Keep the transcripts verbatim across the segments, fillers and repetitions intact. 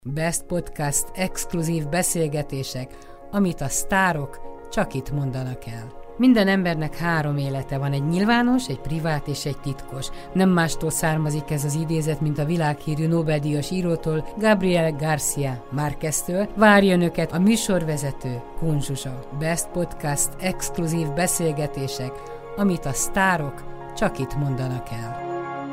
Best Podcast exkluzív beszélgetések, amit a sztárok csak itt mondanak el. Minden embernek három élete van, egy nyilvános, egy privát és egy titkos. Nem mástól származik ez az idézet, mint a világhírű Nobel-díjas írótól, Gabriel García Márqueztől. Várja önöket a műsorvezető, Kun Zsuzsa. Best Podcast exkluzív beszélgetések, amit a sztárok csak itt mondanak el.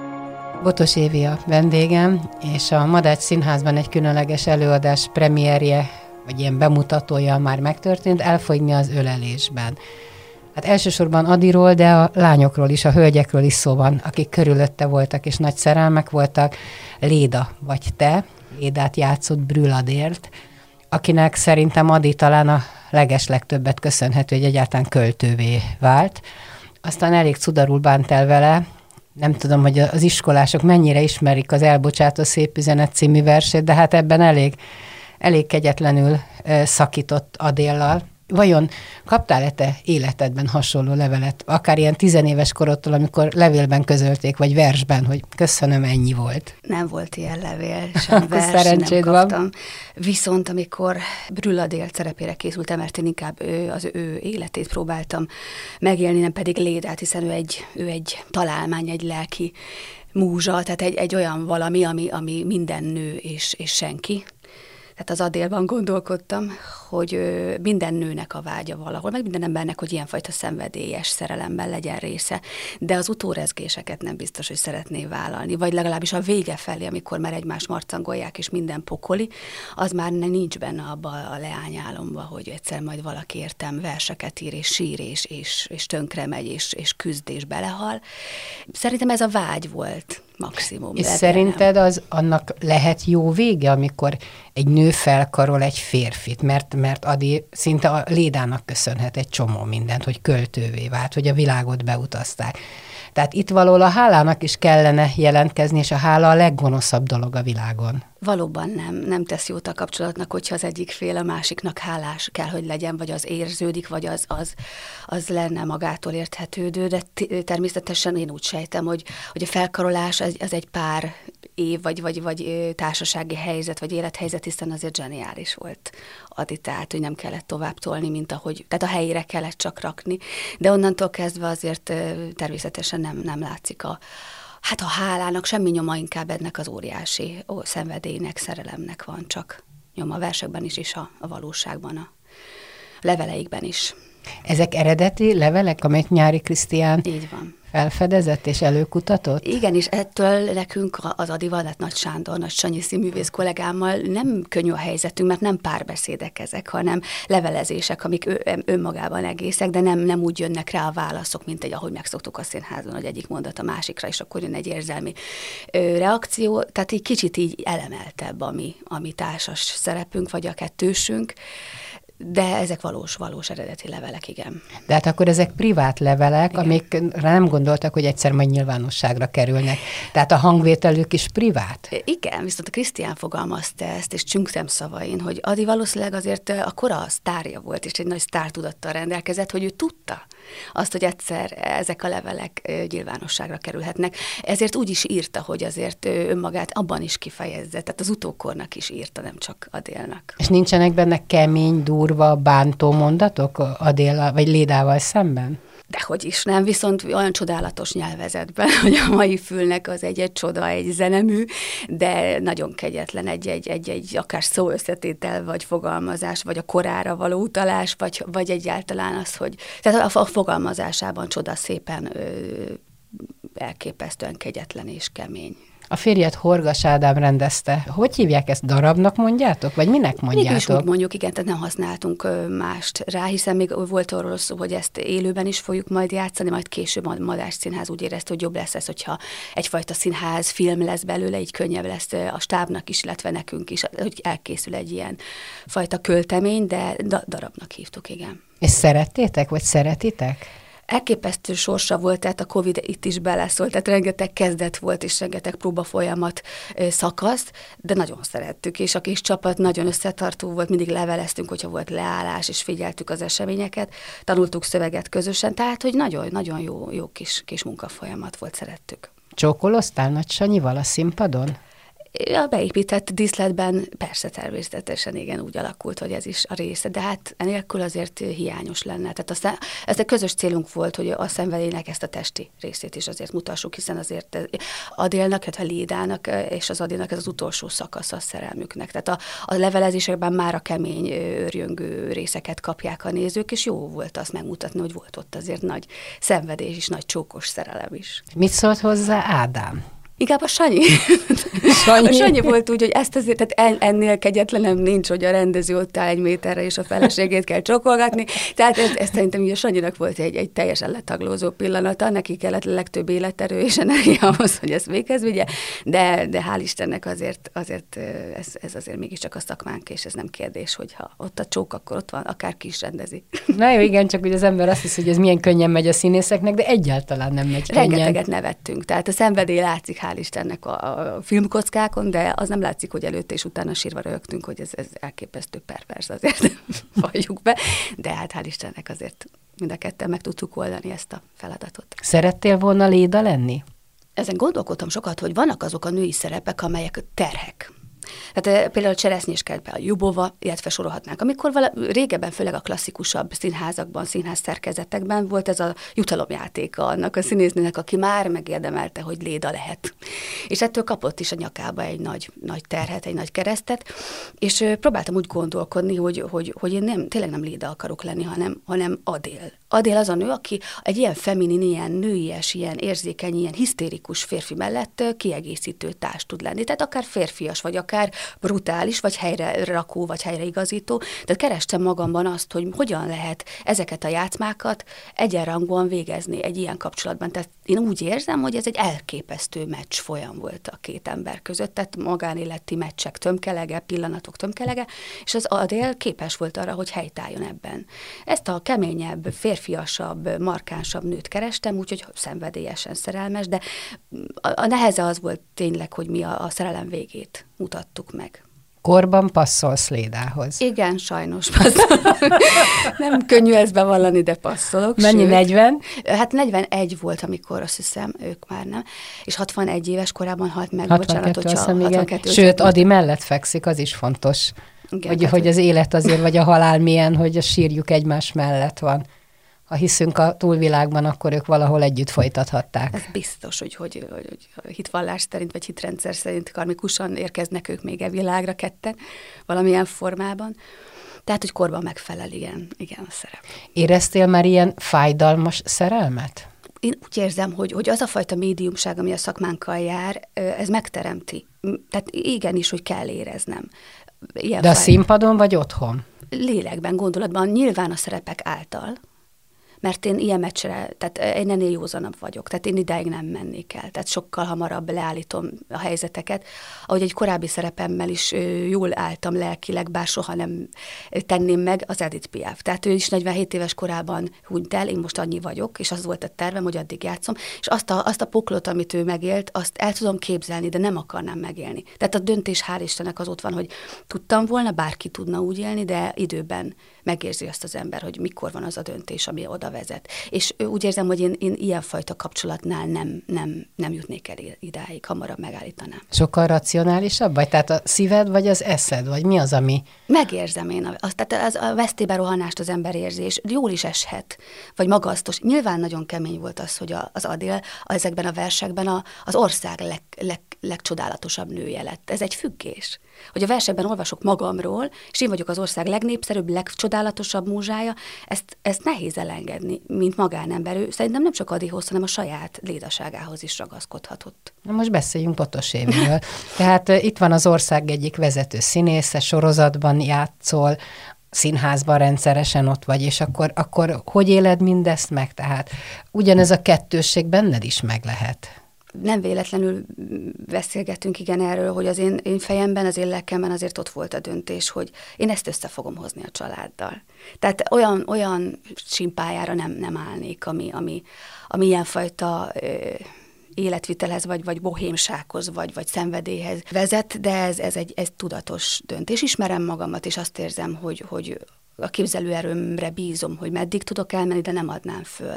Botos Évi a vendégem, és a Madách Színházban egy különleges előadás premierje, vagy ilyen bemutatója már megtörtént, Elfogyni az ölelésben. Hát elsősorban Adiról, de a lányokról is, a hölgyekről is szó van, akik körülötte voltak, és nagy szerelmek voltak. Léda vagy te, Lédát játszott Brühl Adélt, akinek szerintem Adi talán a legeslegtöbbet köszönhető, hogy egyáltalán költővé vált. Aztán elég cudarul bánt el vele. Nem tudom, hogy az iskolások mennyire ismerik az Elbocsátó szép üzenet című versét, de hát ebben elég, elég kegyetlenül szakított Adéllal. Vajon kaptál-e te életedben hasonló levelet, akár ilyen tizenéves korodtól, amikor levélben közölték, vagy versben, hogy köszönöm, ennyi volt? Nem volt ilyen levél, sem vers, nem kaptam. Van. Viszont amikor Brühl Adél szerepére készültem, mert én inkább ő, az ő életét próbáltam megélni, nem pedig Lédát, hiszen ő egy, ő egy találmány, egy lelki múzsa, tehát egy, egy olyan valami, ami, ami minden nő és, és senki. Tehát az Adélban gondolkodtam, hogy minden nőnek a vágya valahol, meg minden embernek, hogy ilyenfajta szenvedélyes szerelemben legyen része, de az utórezgéseket nem biztos, hogy szeretné vállalni, vagy legalábbis a vége felé, amikor már egymást marcangolják, és minden pokoli, az már nincs benne abba a leányálomba, hogy egyszer majd valaki értem verseket ír, és sír, és, és, és tönkre megy, és, és küzd, és belehal. Szerintem ez a vágy volt. Maximum. És szerinted az annak lehet jó vége, amikor egy nő felkarol egy férfit, mert, mert Adi szinte a Lédának köszönhet egy csomó mindent, hogy költővé vált, hogy a világot beutazták. Tehát itt valahol a hálának is kellene jelentkezni, és a hála a leggonoszabb dolog a világon. Valóban nem, nem tesz jót a kapcsolatnak, hogyha az egyik fél a másiknak hálás kell, hogy legyen, vagy az érződik, vagy az, az, az lenne magától érthetődő, de t- természetesen én úgy sejtem, hogy, hogy a felkarolás az, az egy pár év, vagy, vagy, vagy társasági helyzet, vagy élethelyzet, hiszen azért zseniális volt Adi, tehát hogy nem kellett tovább tolni, mint ahogy, tehát a helyére kellett csak rakni, de onnantól kezdve azért természetesen nem, nem látszik a Hát a hálának semmi nyoma, inkább ennek az óriási ó, szenvedélynek, szerelemnek van csak nyoma a versekben is, és a, a valóságban, a leveleikben is. Ezek eredeti levelek, amelyet Nyári Krisztián Így van. felfedezett és előkutatott? Igen, és ettől nekünk az Adival, hát Nagy Sándor, Nagy Sanyi színművész kollégámmal nem könnyű a helyzetünk, mert nem párbeszédek ezek, hanem levelezések, amik ő, önmagában egészek, de nem, nem úgy jönnek rá a válaszok, mint egy, ahogy megszoktuk a színházon, hogy egyik mondat a másikra, és akkor jön egy érzelmi ö, reakció, tehát így kicsit így elemeltebb a mi, a mi társas szerepünk, vagy a kettősünk, de ezek valós, valós eredeti levelek, igen. De hát akkor ezek privát levelek, igen, amikre nem gondoltak, hogy egyszer majd nyilvánosságra kerülnek. Tehát a hangvételük is privát? Igen, viszont a Krisztián fogalmazta ezt, és Csüngszem szavain, hogy Adi valószínűleg azért a kora sztárja volt, és egy nagy sztártudattal rendelkezett, hogy ő tudta azt, hogy egyszer ezek a levelek nyilvánosságra kerülhetnek. Ezért úgy is írta, hogy azért önmagát abban is kifejezze, tehát az utókornak is írta, nem csak Adélnak. És nincsenek benne kemény, durva, bántó mondatok Adél vagy Lédával szemben? Dehogy is nem, viszont olyan csodálatos nyelvezetben, hogy a mai fülnek az egy-egy csoda, egy zenemű, de nagyon kegyetlen egy-egy, egy-egy akár szó összetétel, vagy fogalmazás, vagy a korára való utalás, vagy, vagy egyáltalán az, hogy tehát a, a fogalmazásában csoda szépen ö, elképesztően kegyetlen és kemény. A férjed Horgas Ádám rendezte. Hogy hívják ezt? Darabnak mondjátok? Vagy minek mondjátok? Még is úgy mondjuk, igen, tehát nem használtunk mást rá, hiszen még volt arról szó, hogy ezt élőben is fogjuk majd játszani, majd később a Madách Színház úgy érezte, hogy jobb lesz ez, hogyha egyfajta színház, film lesz belőle, így könnyebb lesz a stábnak is, illetve nekünk is, hogy elkészül egy ilyen fajta költemény, de darabnak hívtuk, igen. És szerettétek, vagy szeretitek? Elképesztő sorsa volt, tehát a Covid itt is beleszólt, tehát rengeteg kezdet volt, és rengeteg próbafolyamat szakasz, de nagyon szerettük, és a kis csapat nagyon összetartó volt, mindig leveleztünk, hogyha volt leállás, és figyeltük az eseményeket, tanultuk szöveget közösen, tehát, hogy nagyon-nagyon jó, jó kis, kis munkafolyamat volt, szerettük. Csókoloztál Nagy Sanyival a színpadon? A beépített díszletben persze természetesen igen úgy alakult, hogy ez is a része, de hát enélkül azért hiányos lenne. Tehát aztán ez a közös célunk volt, hogy a szenvedélynek ezt a testi részét is azért mutassuk, hiszen azért Adélnak, illetve Lédának és az Adélnak ez az utolsó szakasz a szerelmüknek. Tehát a, a levelezésekben már a kemény, őrjöngő részeket kapják a nézők, és jó volt azt megmutatni, hogy volt ott azért nagy szenvedés is, nagy csókos szerelem is. Mit szólt hozzá Ádám? Inkább a Sanyi. Sanyi. A Sanyi volt úgy, hogy ezt azért, tehát ennél kegyetlenem nincs, hogy a rendező ott áll egy méterre, és a feleségét kell csokolgatni. Tehát ez, ez szerintem így a Sanyinak volt egy, egy teljesen letaglózó pillanata, neki kellett a legtöbb életerő és energia ahhoz, hogy ezt véghez vigye, de, de hál' Istennek azért, azért ez, ez azért mégiscsak a szakmánk, és ez nem kérdés, hogyha ott a csók, akkor ott van, akár ki is rendezi. Na jó, igen, csak hogy az ember azt hiszi, hogy ez milyen könnyen megy a színészeknek, de egyáltalán nem megy könnyen. Rengeteget nevettünk, tehát a szenvedély látszik, hál' Istennek a, a filmkockákon, de az nem látszik, hogy előtte és utána sírva rögtünk, hogy ez, ez elképesztő pervers, azért valljuk be, de hát hál' Istennek azért mind a ketten meg tudtuk oldani ezt a feladatot. Szerettél volna Léda lenni? Ezen gondolkodtam sokat, hogy vannak azok a női szerepek, amelyek terhek. Tehát például a Cseresznyéskert, a Jubova, illetve sorolhatnánk. Amikor vala, régebben, főleg a klasszikusabb színházakban, színház szerkezetekben volt ez a jutalomjátéka annak a színésznőnek, aki már megérdemelte, hogy Léda lehet. És ettől kapott is a nyakába egy nagy, nagy terhet, egy nagy keresztet, és próbáltam úgy gondolkodni, hogy, hogy, hogy én nem, tényleg nem Léda akarok lenni, hanem, hanem Adél. Adél az a nő, aki egy ilyen feminin, ilyen nőies, ilyen érzékeny, ilyen hisztérikus férfi mellett kiegészítő társ tud lenni. Tehát akár férfias, vagy akár brutális, vagy helyre rakó, vagy helyreigazító. Tehát kerestem magamban azt, hogy hogyan lehet ezeket a játszmákat egyenrangúan végezni egy ilyen kapcsolatban. Tehát én úgy érzem, hogy ez egy elképesztő meccs folyam volt a két ember között, tehát magánéleti meccsek tömkelege, pillanatok tömkelege, és az Adél képes volt arra, hogy helytálljon ebben. Ezt a keményebb, férfiasabb, markánsabb nőt kerestem, úgyhogy szenvedélyesen szerelmes, de a, a neheze az volt tényleg, hogy mi a, a szerelem végét mutattuk meg. Korban passzolsz Lédához. Igen, sajnos passzolok. Nem könnyű ezt bevallani, de passzolok. Mennyi, sőt, negyven? Hát negyvenegy volt, amikor azt hiszem, ők már nem. És hatvanegy éves korában halt meg. hatvankettő, bocsánat, hiszem, hatvankettő, sőt, Adi mellett fekszik, az is fontos. Igen, hogy, hát, hogy az élet azért, vagy a halál milyen, hogy a sírjuk egymás mellett van. Ha hiszünk a túlvilágban, akkor ők valahol együtt folytathatták. Ez biztos, hogy, hogy, hogy, hogy hitvallás szerint, vagy hitrendszer szerint karmikusan érkeznek ők még e világra ketten, valamilyen formában. Tehát, hogy korban megfelel, igen, igen a szerep. Éreztél már ilyen fájdalmas szerelmet? Én úgy érzem, hogy, hogy az a fajta médiumság, ami a szakmánkkal jár, ez megteremti. Tehát igenis, hogy kell éreznem. Ilyen De a fáj... színpadon vagy otthon? Lélekben, gondolatban, nyilván a szerepek által, mert én ilyen meccsre, tehát én ennél józanabb vagyok, tehát én idáig nem mennék el, tehát sokkal hamarabb leállítom a helyzeteket. Ahogy egy korábbi szerepemmel is jól álltam lelkileg, bár soha nem tenném meg, az Edith Piaf. Tehát ő is negyvenhét éves korában hunyt el, én most annyi vagyok, és az volt a tervem, hogy addig játszom, és azt a, azt a poklot, amit ő megélt, azt el tudom képzelni, de nem akarnám megélni. Tehát a döntés, hál' Istennek, az ott van, hogy tudtam volna, bárki tudna úgy élni, de időben megérzi azt az ember, hogy mikor van az a döntés, ami oda vezet. És úgy érzem, hogy én, én ilyenfajta kapcsolatnál nem, nem, nem jutnék el idáig, hamarabb megállítanám. Sokkal racionálisabb vagy? Tehát a szíved vagy az eszed? Vagy mi az, ami... Megérzem én. Azt, tehát az, a vesztébe rohanást az ember érzi, és jól is eshet, vagy magasztos. Nyilván nagyon kemény volt az, hogy a, az Adél ezekben a versekben a, az ország leg, leg, legcsodálatosabb nője lett. Ez egy függés. Hogy a versekben olvasok magamról, és én vagyok az ország legnépszerűbb, legcsodálatosabb múzsája, ezt, ezt nehéz elengedni, mint magánember. Ő szerintem nem csak Adihoz, hanem a saját lédaságához is ragaszkodhatott. Na most beszéljünk Botos Émiről. Tehát uh, itt van az ország egyik vezető színésze, sorozatban játszol, színházban rendszeresen ott vagy, és akkor, akkor hogy éled mindezt meg? Tehát ugyanez a kettősség benned is meg lehet. Nem véletlenül beszélgetünk igen erről, hogy az én, én fejemben, az én lelkemben azért ott volt a döntés, hogy én ezt össze fogom hozni a családdal. Tehát olyan, olyan simpájára nem, nem állnék, ami, ami, ami ilyenfajta ö, életvitelhez, vagy, vagy bohémsághoz, vagy, vagy szenvedélyhez vezet, de ez, ez egy ez tudatos döntés. Ismerem magamat, és azt érzem, hogy, hogy a képzelőerőmre bízom, hogy meddig tudok elmenni, de nem adnám föl.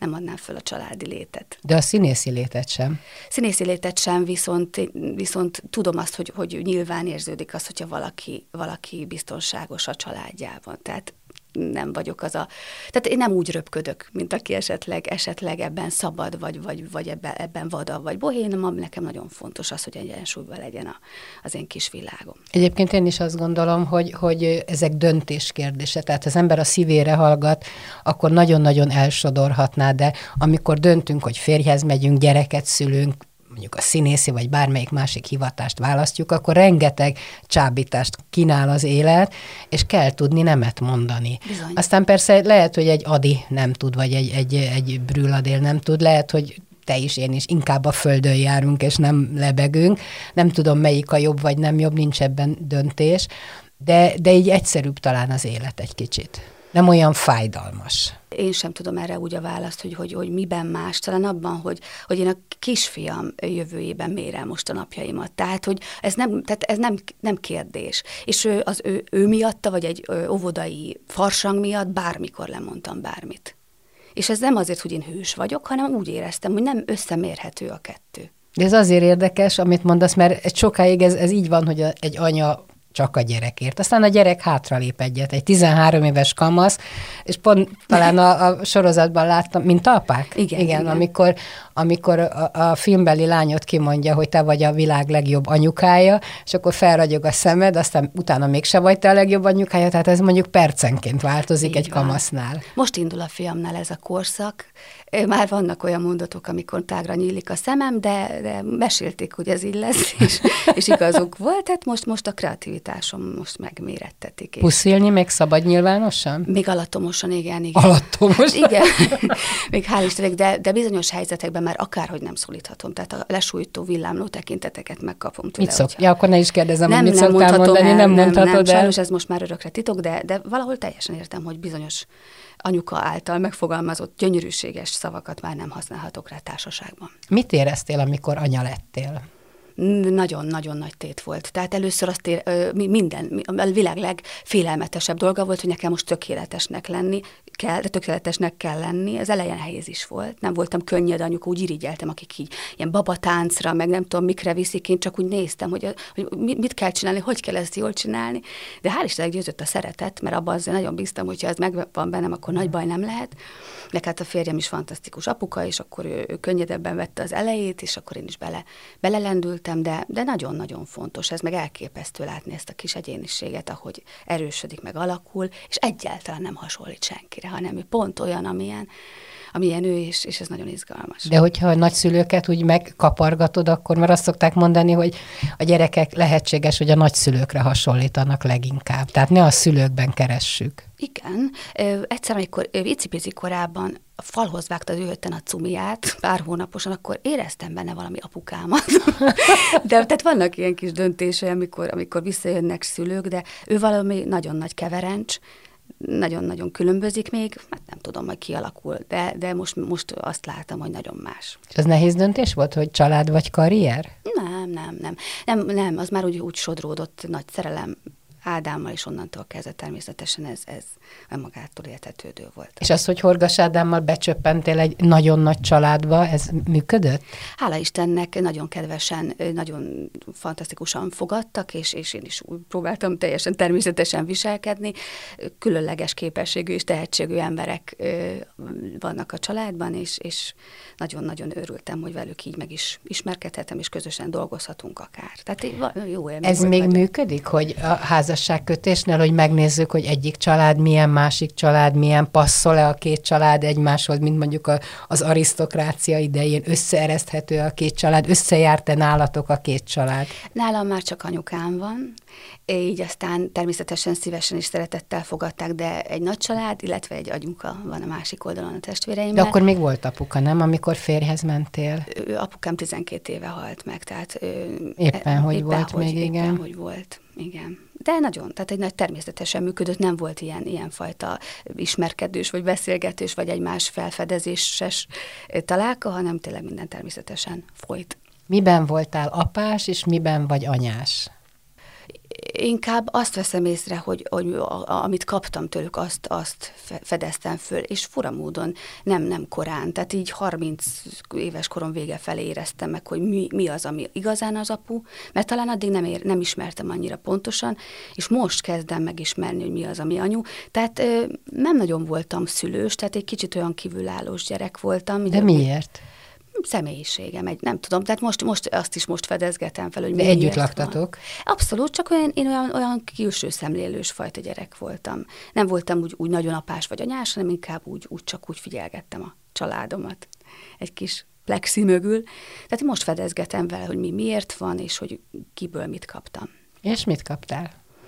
nem adnám föl a családi létet. De a színészi létet sem? Színészi létet sem, viszont, viszont tudom azt, hogy, hogy nyilván érződik az, hogyha valaki, valaki biztonságos a családjában. Tehát nem vagyok az a... Tehát én nem úgy röpködök, mint aki esetleg, esetleg ebben szabad, vagy, vagy, vagy ebben, ebben vada, vagy bohén, ami nekem nagyon fontos az, hogy egyensúlyban legyen a, az én kis világom. Egyébként én is azt gondolom, hogy, hogy ezek döntés kérdése. Tehát az ember a szívére hallgat, akkor nagyon-nagyon elsodorhatná, de amikor döntünk, hogy férjhez megyünk, gyereket szülünk, mondjuk a színészi vagy bármelyik másik hivatást választjuk, akkor rengeteg csábítást kínál az élet, és kell tudni nemet mondani. Bizony. Aztán persze lehet, hogy egy Adi nem tud, vagy egy, egy, egy Brüladél nem tud, lehet, hogy te is, én is inkább a földön járunk, és nem lebegünk. Nem tudom, melyik a jobb, vagy nem jobb, nincs ebben döntés, de, de így egyszerűbb talán az élet egy kicsit. Nem olyan fájdalmas. Én sem tudom erre úgy a választ, hogy, hogy, hogy miben más, talán abban, hogy, hogy én a kisfiam jövőjében mérem most a napjaimat. Tehát, hogy ez nem, tehát ez nem, nem kérdés. És ő, az ő, ő miatta, vagy egy óvodai farsang miatt bármikor lemondtam bármit. És ez nem azért, hogy én hős vagyok, hanem úgy éreztem, hogy nem összemérhető a kettő. De ez azért érdekes, amit mondasz, mert egy sokáig ez, ez így van, hogy a, egy anya csak a gyerekért. Aztán a gyerek hátralép egyet, egy tizenhárom éves kamasz, és pont talán a, a sorozatban láttam, mint apák? Igen, igen, igen. amikor, amikor a, a filmbeli lányot kimondja, hogy te vagy a világ legjobb anyukája, és akkor felragyog a szemed, aztán utána mégse vagy te a legjobb anyukája, tehát ez mondjuk percenként változik így egy van. Kamasznál. Most indul a fiamnál ez a korszak. Már vannak olyan mondatok, amikor tágra nyílik a szemem, de, de mesélték, hogy ez így lesz, és, és igazuk volt, tehát most, most a kreativitásom most megmérettetik. Puszilni még szabad nyilvánosan? Még alattomosan, igen. igen. Alattomos? Igen, még hál' Istennek, de, de bizonyos helyzetekben már akárhogy nem szólíthatom, tehát a lesújtó villámló tekinteteket megkapom tőle. Mit szok? Ja, akkor ne is kérdezem, nem, hogy mit nem szoktál mondani, el, nem nem mondhatod nem, el. Sajnos ez most már örökre titok, de, de valahol teljesen értem, hogy bizonyos anyuka által megfogalmazott gyönyörűséges szavakat már nem használhatok rá társaságban. Mit éreztél, amikor anya lettél? Nagyon-nagyon nagy tét volt. Tehát először azt ér, minden, a világ legfélelmetesebb dolga volt, hogy nekem most tökéletesnek lenni kell, de tökéletesnek kell lenni. Az elején nehéz is volt. Nem voltam könnyed anyuka, úgy irigyeltem, akik így ilyen babatáncra, meg nem tudom mikre viszik, én csak úgy néztem, hogy, hogy mit kell csinálni, hogy kell ezt jól csinálni. De hál' Istennek győzött a szeretet, mert abban azért nagyon bíztam, hogyha ez megvan bennem, akkor nagy baj nem lehet. De hát a férjem is fantasztikus apuka, és akkor ő, ő könnyedebben vette az elejét, és akkor én is bele, belelendültem, de, de nagyon-nagyon fontos, ez meg elképesztő látni ezt a kis egyéniséget, ahogy erősödik, meg alakul, és egyáltalán nem hasonlít senkire, hanem ő pont olyan, amilyen, amilyen ő is, és ez nagyon izgalmas. De hogyha a nagyszülőket úgy megkapargatod, akkor már azt szokták mondani, hogy a gyerekek lehetséges, hogy a nagyszülőkre hasonlítanak leginkább. Tehát ne a szülőkben keressük. Igen. Egyszer, amikor icipici korában a falhoz vágta őhötten a cumiát, pár hónaposan, akkor éreztem benne valami apukámat. De tehát vannak ilyen kis döntései, amikor, amikor visszajönnek szülők, de ő valami nagyon nagy keverencs, nagyon-nagyon különbözik még, hát nem tudom, hogy kialakul, de, de most, most azt látom, hogy nagyon más. És ez nehéz döntés volt, hogy család vagy karrier? Nem, nem, nem. Nem, nem az már úgy, úgy sodródott, nagy szerelem Ádámmal, és onnantól kezdve természetesen ez, ez magától értetődő volt. És az, hogy Horgas Ádámmal becsöppentél egy nagyon nagy családba, ez működött? Hála Istennek nagyon kedvesen, nagyon fantasztikusan fogadtak, és, és én is úgy próbáltam teljesen természetesen viselkedni. Különleges képességű és tehetségű emberek vannak a családban, és, és nagyon-nagyon örültem, hogy velük így meg is ismerkedhetem, és közösen dolgozhatunk akár. Tehát jó élmény. Ez még nagyon működik, hogy a házasságkötésnél, hogy megnézzük, hogy egyik család milyen, másik család milyen, passzol-e a két család egymáshoz, mint mondjuk a, az arisztokrácia idején, összeereszthető a két család, összejárt-e nálatok a két család? Nálam már csak anyukám van, így aztán természetesen szívesen és szeretettel fogadták, de egy nagy család, illetve egy anyuka van a másik oldalon a testvéreimmel. De akkor még volt apuka, nem, amikor férjhez mentél? Ő, apukám tizenkét éve halt meg, tehát... Éppen, hogy éppen, volt hogy, még, éppen, igen. hogy volt, igen. De nagyon, tehát egy nagy természetesen működött, nem volt ilyen, ilyen fajta ismerkedős, vagy beszélgetős, vagy egymás felfedezéses találka, hanem tényleg minden természetesen folyt. Miben voltál apás, és miben vagy anyás? Inkább azt veszem észre, hogy, hogy amit kaptam tőlük, azt, azt fedeztem föl, és fura módon nem, nem korán. Tehát így harminc éves korom vége felé éreztem meg, hogy mi, mi az, ami igazán az apu, mert talán addig nem, ér, nem ismertem annyira pontosan, és most kezdem megismerni, hogy mi az, ami anyu. Tehát nem nagyon voltam szülős, tehát egy kicsit olyan kívülállós gyerek voltam. De miért? Személyiségem, egy, nem tudom, tehát most, most azt is most fedezgetem fel, hogy de együtt laktatok? Van. Abszolút, csak olyan, én olyan, olyan külső szemlélős fajta gyerek voltam. Nem voltam úgy, úgy nagyon apás vagy anyás, hanem inkább úgy, úgy csak úgy figyelgettem a családomat egy kis plexi mögül. Tehát most fedezgetem vele, hogy mi miért van, és hogy kiből mit kaptam. És mit kaptál?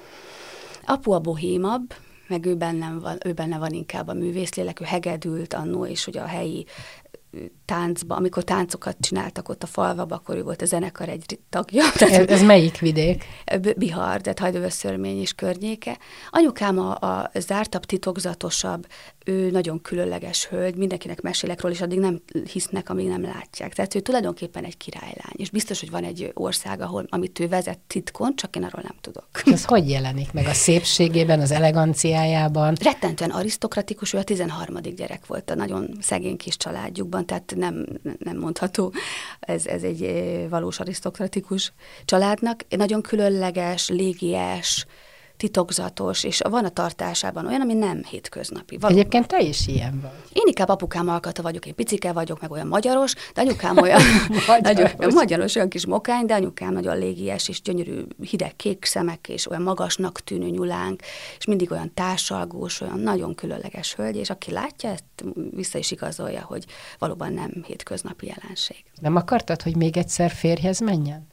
Apu a bohémabb, meg ő benne van, ő benne van inkább a művészlélek, ő hegedült annó, és hogy a helyi táncba, amikor táncokat csináltak ott a falvaba, akkor ő volt a zenekar egy tagja. Ez, ez melyik vidék? Bihar, tehát Hajdúveszörmény és környéke. Anyukám a, a zártabb, titokzatosabb, ő nagyon különleges hölgy, mindenkinek mesélek róla, és addig nem hisznek, amíg nem látják. Tehát ő tulajdonképpen egy királylány, és biztos, hogy van egy ország, ahol, amit ő vezet titkon, csak én arról nem tudok. Ez hogy jelenik meg? A szépségében, az eleganciájában? Rettentően arisztokratikus, ő a tizenharmadik gyerek volt a nagyon szegény kis családjukban, tehát nem, nem mondható, ez, ez egy valós arisztokratikus családnak. Nagyon különleges, légies, titokzatos, és van a tartásában olyan, ami nem hétköznapi. Valóban. Egyébként te is ilyen vagy. Én inkább apukám alkata vagyok, én picike vagyok, meg olyan magyaros, de anyukám olyan magyaros. Nagyon, magyaros, olyan kis mokány, de anyukám nagyon légies, és gyönyörű hideg kék szemek, és olyan magasnak tűnő nyulánk, és mindig olyan társalgós, olyan nagyon különleges hölgy, és aki látja, ezt vissza is igazolja, hogy valóban nem hétköznapi jelenség. Nem akartad, hogy még egyszer férjhez menjen?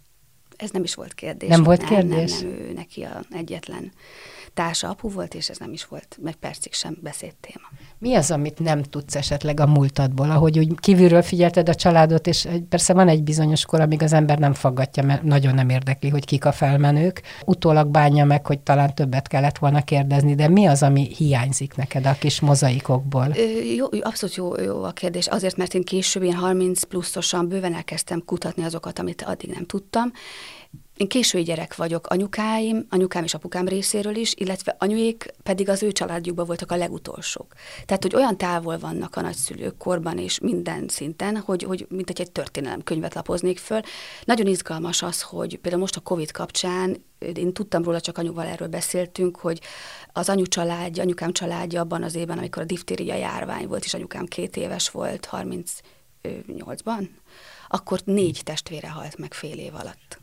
Ez nem is volt kérdés. Nem volt kérdés? Nem, nem, nem, ő neki a egyetlen társa apu volt, és ez nem is volt, meg percig sem beszélt téma. Mi az, amit nem tudsz esetleg a múltadból? Ahogy úgy kívülről figyelted a családot, és persze van egy bizonyos kor, amíg az ember nem faggatja, mert nagyon nem érdekli, hogy kik a felmenők. Utólag bánja meg, hogy talán többet kellett volna kérdezni, de mi az, ami hiányzik neked a kis mozaikokból? Ö, jó, abszolút jó, jó a kérdés. Azért, mert én később, én harminc pluszosan bőven elkezdtem kutatni azokat, amit addig nem tudtam. Én késői gyerek vagyok, anyukáim, anyukám és apukám részéről is, illetve anyuék pedig az ő családjukban voltak a legutolsók. Tehát, hogy olyan távol vannak a nagyszülők korban és minden szinten, hogy, hogy mint hogy egy történelemkönyvet lapoznék föl. Nagyon izgalmas az, hogy például most a Covid kapcsán, én tudtam róla, csak anyuval erről beszéltünk, hogy az anyu családja, anyukám családja abban az évben, amikor a diftéria járvány volt, és anyukám két éves volt, harmincnyolcban, akkor négy testvére halt meg fél év alatt.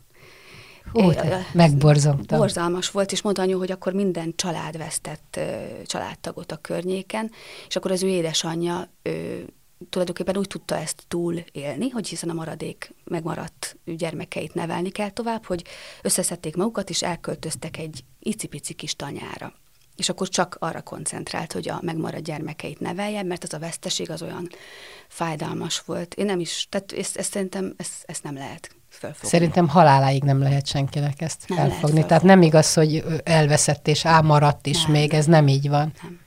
Ó, megborzongtam. Borzalmas volt, és mondta anyu, hogy akkor minden család vesztett családtagot a környéken, és akkor az ő édesanyja ő, tulajdonképpen úgy tudta ezt túlélni, hogy hiszen a maradék megmaradt gyermekeit nevelni kell tovább, hogy összeszedték magukat, és elköltöztek egy icipici kis tanyára. És akkor csak arra koncentrált, hogy a megmaradt gyermekeit nevelje, mert az a veszteség az olyan fájdalmas volt. Én nem is, tehát ezt, ezt szerintem ezt, ezt nem lehet felfogni. Szerintem haláláig nem lehet senkinek ezt nem felfogni. Tehát nem igaz, hogy elveszett és ámaradt is nem, még, ez nem így van. Nem.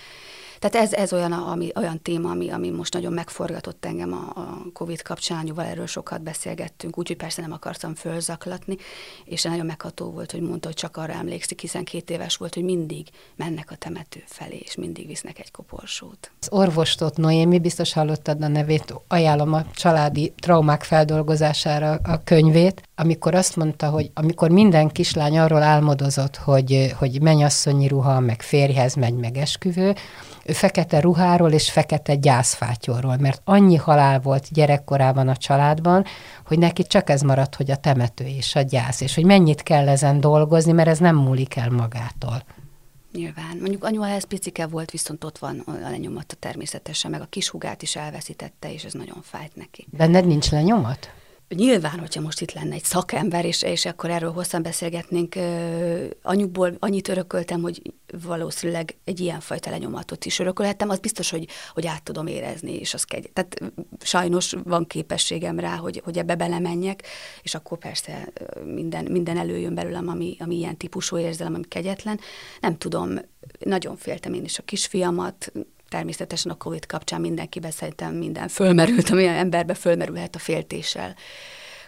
Tehát ez, ez olyan, ami, olyan téma, ami, ami most nagyon megforgatott engem a, a Covid kapcsán, anyuval erről sokat beszélgettünk, úgyhogy persze nem akartam fölzaklatni, és nagyon megható volt, hogy mondta, hogy csak arra emlékszik, hiszen két éves volt, hogy mindig mennek a temető felé, és mindig visznek egy koporsót. Az orvostót Noémi, biztos hallottad a nevét, ajánlom a családi traumák feldolgozására a könyvét, amikor azt mondta, hogy amikor minden kislány arról álmodozott, hogy, hogy mennyasszonyi ruha, meg férjhez megy, meg esküvő, ő fekete ruháról és fekete gyászfátyolról, mert annyi halál volt gyerekkorában a családban, hogy neki csak ez maradt, hogy a temető és a gyász, és hogy mennyit kell ezen dolgozni, mert ez nem múlik el magától. Nyilván. Mondjuk anyu ez picike volt, viszont ott van a lenyomata természetesen, meg a kis húgát is elveszítette, és ez nagyon fájt neki. Benned nincs lenyomat? Nyilván, hogyha most itt lenne egy szakember, és, és akkor erről hosszan beszélgetnénk, anyukból annyit örököltem, hogy valószínűleg egy ilyenfajta lenyomatot is örökölhettem, az biztos, hogy, hogy át tudom érezni, és az kegy... Tehát sajnos van képességem rá, hogy, hogy ebbe belemenjek, és akkor persze minden, minden előjön belőlem, ami, ami ilyen típusú érzelem, ami kegyetlen. Nem tudom, nagyon féltem én is a kisfiamat, természetesen a Covid kapcsán mindenkibe szerintem minden fölmerült, ami emberbe fölmerülhet a féltéssel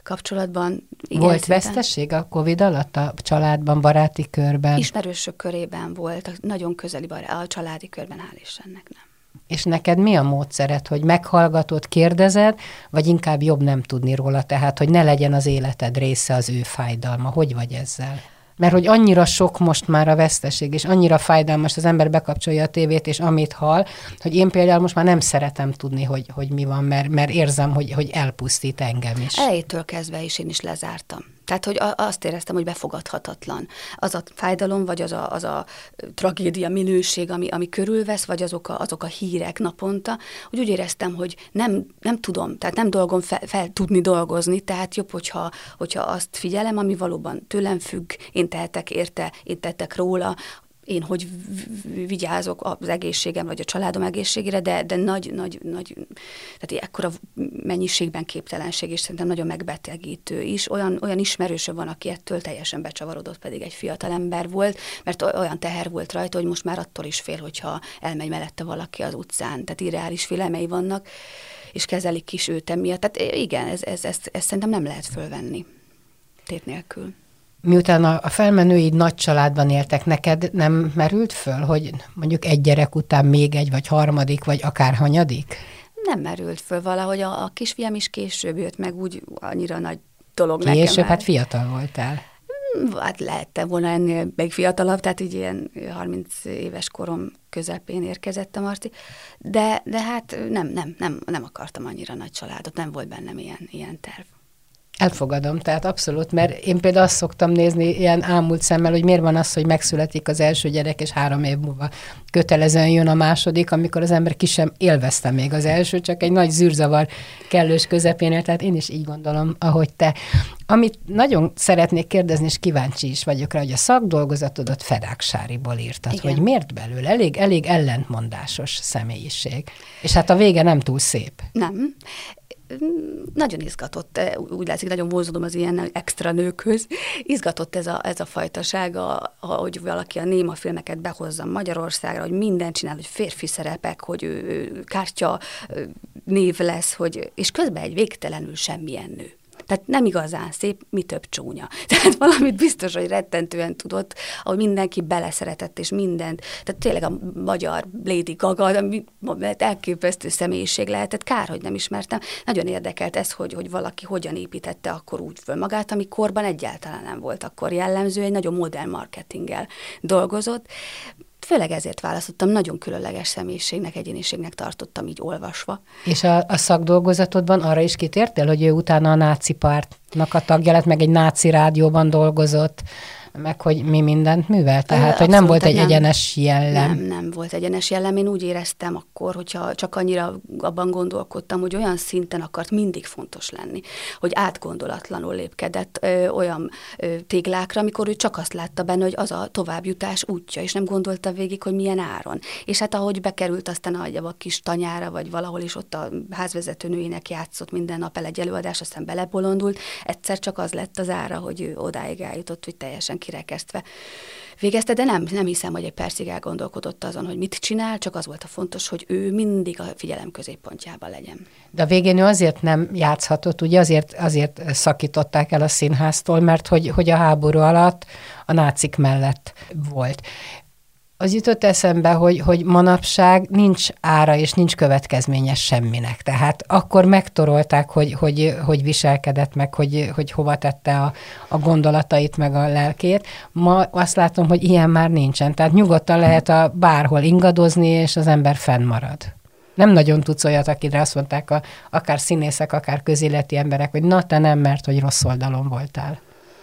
kapcsolatban. Igen, volt szinten. Veszteség a Covid alatt a családban, baráti körben? Ismerősök körében volt, nagyon közeli bará- a családi körben, hál' Istennek nem. És neked mi a módszered, hogy meghallgatod, kérdezed, vagy inkább jobb nem tudni róla, tehát, hogy ne legyen az életed része az ő fájdalma? Hogy vagy ezzel? Mert hogy annyira sok most már a veszteség, és annyira fájdalmas, az ember bekapcsolja a tévét, és amit hall, hogy én például most már nem szeretem tudni, hogy, hogy mi van, mert, mert érzem, hogy, hogy elpusztít engem is. Elejétől kezdve is én is lezártam. Tehát, hogy azt éreztem, hogy befogadhatatlan. Az a fájdalom, vagy az a, az a tragédia minőség, ami, ami körülvesz, vagy azok a, azok a hírek naponta, hogy úgy éreztem, hogy nem, nem tudom, tehát nem dolgom fel, fel tudni dolgozni, tehát jobb, hogyha, hogyha azt figyelem, ami valóban tőlem függ, én tehetek érte, én tettek róla, én hogy vigyázok az egészségem, vagy a családom egészségére, de, de nagy, nagy, nagy, tehát ekkora mennyiségben képtelenség, és szerintem nagyon megbetegítő is. Olyan, olyan ismerősöm van, aki ettől teljesen becsavarodott, pedig egy fiatal ember volt, mert olyan teher volt rajta, hogy most már attól is fél, hogyha elmegy mellette valaki az utcán. Tehát irreális félelmei vannak, és kezelik is őt emiatt. Tehát igen, ez, ez, ez, ez szerintem nem lehet fölvenni tét nélkül. Miután a felmenőid nagy családban éltek, neked nem merült föl, hogy mondjuk egy gyerek után még egy, vagy harmadik, vagy akár hanyadik? Nem merült föl valahogy. A, a kisfiam is később jött meg, úgy annyira nagy dolog nekem. Később, hát fiatal voltál. Hát lehettem volna ennél még fiatalabb, tehát így ilyen harminc éves korom közepén érkezett a Marci, de, de hát nem, nem, nem, nem akartam annyira nagy családot, nem volt bennem ilyen, ilyen terv. Elfogadom, tehát abszolút, mert én például azt szoktam nézni ilyen ámult szemmel, hogy miért van az, hogy megszületik az első gyerek, és három év múlva kötelezően jön a második, amikor az ember ki sem élvezte még az első, csak egy nagy zűrzavar kellős közepénél, tehát én is így gondolom, ahogy te. Amit nagyon szeretnék kérdezni, és kíváncsi is vagyok rá, hogy a szakdolgozatodat Fedáksáriból írtad, igen. Hogy miért belőle? Elég, elég ellentmondásos személyiség. És hát a vége nem túl szép. Nem. Nagyon izgatott, úgy látszik, nagyon vonzódom az ilyen extra nőkhöz. Izgatott ez a, ez a fajtasága, hogy valaki a néma filmeket behozza Magyarországra, hogy mindent csinál, hogy férfi szerepek, hogy ő, ő kártya név lesz, hogy, és közben egy végtelenül semmilyen nő. Tehát nem igazán szép, mi több csúnya. Tehát valamit biztos, hogy rettentően tudott, ahogy mindenki beleszeretett, és mindent. Tehát tényleg a magyar Lady Gaga, ami elképesztő személyiség lehetett, kár, hogy nem ismertem. Nagyon érdekelt ez, hogy, hogy valaki hogyan építette akkor úgy föl magát, ami korban egyáltalán nem volt akkor jellemző, egy nagyon modern marketinggel dolgozott. Főleg ezért választottam, nagyon különleges személyiségnek, egyéniségnek tartottam így olvasva. És a, a szakdolgozatodban arra is kitértél, hogy ő utána a náci pártnak a tagja lett, meg egy náci rádióban dolgozott, meg hogy mi mindent művel, tehát Abszolút, hogy nem volt egy nem, egyenes jellem. Nem, nem volt egyenes jellem. Én úgy éreztem akkor, hogyha csak annyira abban gondolkodtam, hogy olyan szinten akart mindig fontos lenni, hogy átgondolatlanul lépkedett ö, olyan ö, téglákra, amikor ő csak azt látta benne, hogy az a továbbjutás útja, és nem gondolta végig, hogy milyen áron. És hát ahogy bekerült aztán a, a kis tanyára, vagy valahol is ott a házvezetőnőjének játszott minden nap el egy előadás, aztán belebolondult, egyszer csak az lett az ára, hogy ő odáig eljutott, hogy teljesen kirekesztve végezte, de nem, nem hiszem, hogy egy percig elgondolkodott azon, hogy mit csinál, csak az volt a fontos, hogy ő mindig a figyelem középpontjában legyen. De a végén ő azért nem játszhatott, ugye azért, azért szakították el a színháztól, mert hogy, hogy a háború alatt a nácik mellett volt. Az jutott eszembe, hogy, hogy manapság nincs ára és nincs következménye semminek. Tehát akkor megtorolták, hogy, hogy, hogy viselkedett meg, hogy, hogy hova tette a, a gondolatait meg a lelkét. Ma azt látom, hogy ilyen már nincsen. Tehát nyugodtan lehet a bárhol ingadozni, és az ember fennmarad. Nem nagyon tudsz olyat, akire azt mondták a, akár színészek, akár közéleti emberek, hogy na te nem, mert hogy rossz oldalon voltál.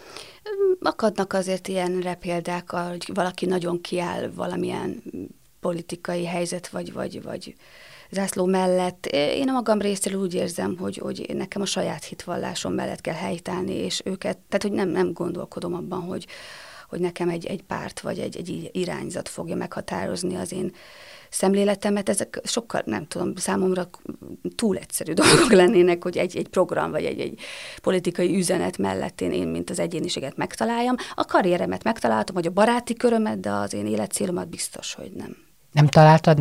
Akadnak azért ilyenre példák, hogy valaki nagyon kiáll valamilyen politikai helyzet, vagy, vagy, vagy zászló mellett. Én a magam részéről úgy érzem, hogy, hogy nekem a saját hitvallásom mellett kell helytállni, és őket, tehát hogy nem, nem gondolkodom abban, hogy, hogy nekem egy, egy párt, vagy egy, egy irányzat fogja meghatározni az én szemléletemet. Ezek sokkal, nem tudom, számomra túl egyszerű dolgok lennének, hogy egy, egy program, vagy egy, egy politikai üzenet mellett én, én, mint az egyéniséget megtaláljam. A karrieremet megtaláltam, vagy a baráti körömet, de az én életcélomat biztos, hogy nem. Nem találtad meg?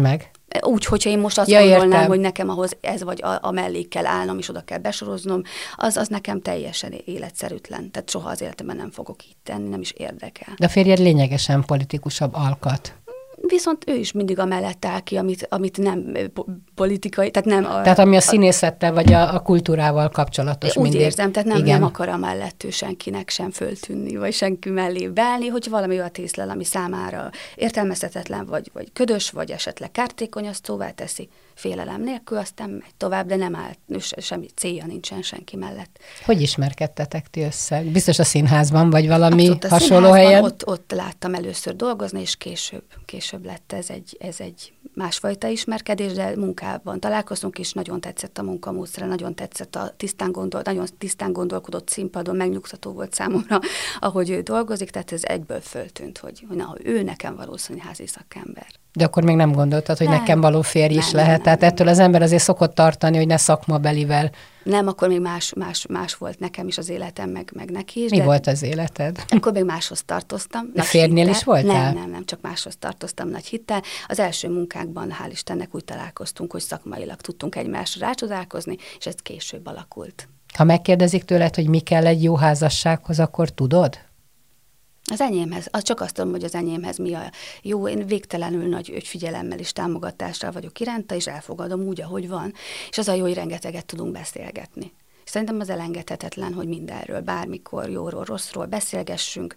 Úgy, hogyha én most azt ja, gondolnám, értem. Hogy nekem ahhoz ez vagy a, a mellé kell állnom, és oda kell besoroznom, az, az nekem teljesen életszerűtlen. Tehát soha az életemben nem fogok így tenni, nem is érdekel. De a férjed lényegesen politikusabb alkat. Viszont ő is mindig amellett áll ki, amit, amit nem politikai, tehát nem... A, tehát ami a színészettel vagy a, a kultúrával kapcsolatos úgy mindig. Úgy érzem, tehát nem, nem akar amellett ő senkinek sem föltűnni, vagy senki mellé beállni, hogy valami olyat észlel, ami számára értelmezhetetlen, vagy, vagy ködös, vagy esetleg kártékony, azt szóvá teszi félelem nélkül, aztán megy tovább, de nem áll, semmi célja nincsen senki mellett. Hogy ismerkedtetek ti össze? Biztos a színházban, vagy valami Abszolút, hasonló helyen? Ott, ott láttam először dolgozni, és később, később lett ez egy, ez egy másfajta ismerkedés, de munkában találkoztunk, és nagyon tetszett a munkamódszere, nagyon tetszett a tisztán, gondol, nagyon tisztán gondolkodott színpadon, megnyugtató volt számomra, ahogy ő dolgozik, tehát ez egyből föltűnt, hogy, hogy na, ő nekem való színházi szakember. De akkor még nem gondoltad, hogy nem, nekem való férj is nem, lehet. Nem, Tehát nem, ettől az ember azért szokott tartani, hogy ne szakmabelivel. Nem, akkor még más, más, más volt nekem is az életem, meg, meg neki is. Mi de volt az életed? Akkor még máshoz tartoztam. A férjnél is voltál? Nem, nem, nem, csak máshoz tartoztam nagy hittel. Az első munkákban, hál' Istennek úgy találkoztunk, hogy szakmailag tudtunk egymásra rácsodálkozni, és ez később alakult. Ha megkérdezik tőled, hogy mi kell egy jó házassághoz, akkor tudod? Az enyémhez, az csak azt tudom, hogy az enyémhez mi a jó, én végtelenül nagy figyelemmel és támogatással vagyok iránta, és elfogadom úgy, ahogy van, és az a jó, hogy rengeteget tudunk beszélgetni. És szerintem az elengedhetetlen, hogy mindenről, bármikor jóról, rosszról beszélgessünk,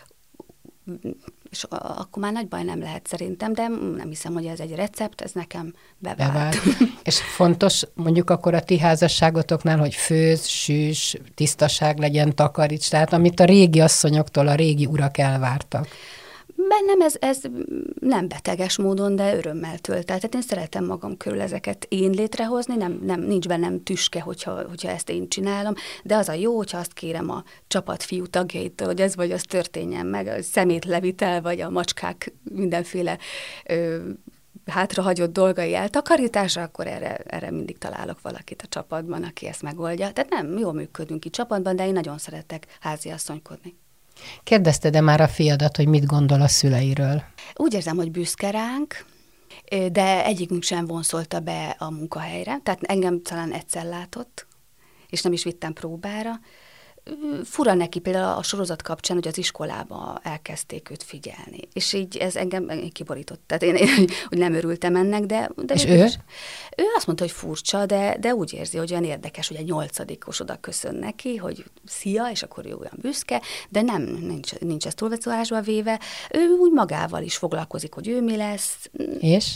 és akkor már nagy baj nem lehet szerintem, de nem hiszem, hogy ez egy recept, ez nekem bevált. bevált. És fontos mondjuk akkor a ti házasságotoknál, hogy főz, süss, tisztaság legyen, takaríts, tehát amit a régi asszonyoktól a régi urak elvártak. Bennem ez, ez nem beteges módon, de örömmel tölt. Tehát én szeretem magam körül ezeket én létrehozni, nem, nem, nincs bennem tüske, hogyha, hogyha ezt én csinálom, de az a jó, hogyha azt kérem a csapatfiú tagjaitól, hogy ez vagy az történjen meg, a szemétlevitel, vagy a macskák mindenféle ö, hátrahagyott dolgai eltakarítása, akkor erre, erre mindig találok valakit a csapatban, aki ezt megoldja. Tehát nem, jól működünk itt csapatban, de én nagyon szeretek háziasszonykodni. Kérdezted-e már a fiadat, hogy mit gondol a szüleiről? Úgy érzem, hogy büszke ránk, de egyikünk sem vonszolta be a munkahelyre. Tehát engem talán egyszer látott, és nem is vittem próbára. Fura neki például a sorozat kapcsán, hogy az iskolába elkezdték őt figyelni. És így ez engem kiborított. Tehát én, én hogy nem örültem ennek, de... de és ő? Is, ő azt mondta, hogy furcsa, de, de úgy érzi, hogy olyan érdekes, hogy egy nyolcadikos oda köszön neki, hogy szia, és akkor ő olyan büszke, de nem, nincs, nincs ez túlvecolásba véve. Ő úgy magával is foglalkozik, hogy ő mi lesz. És?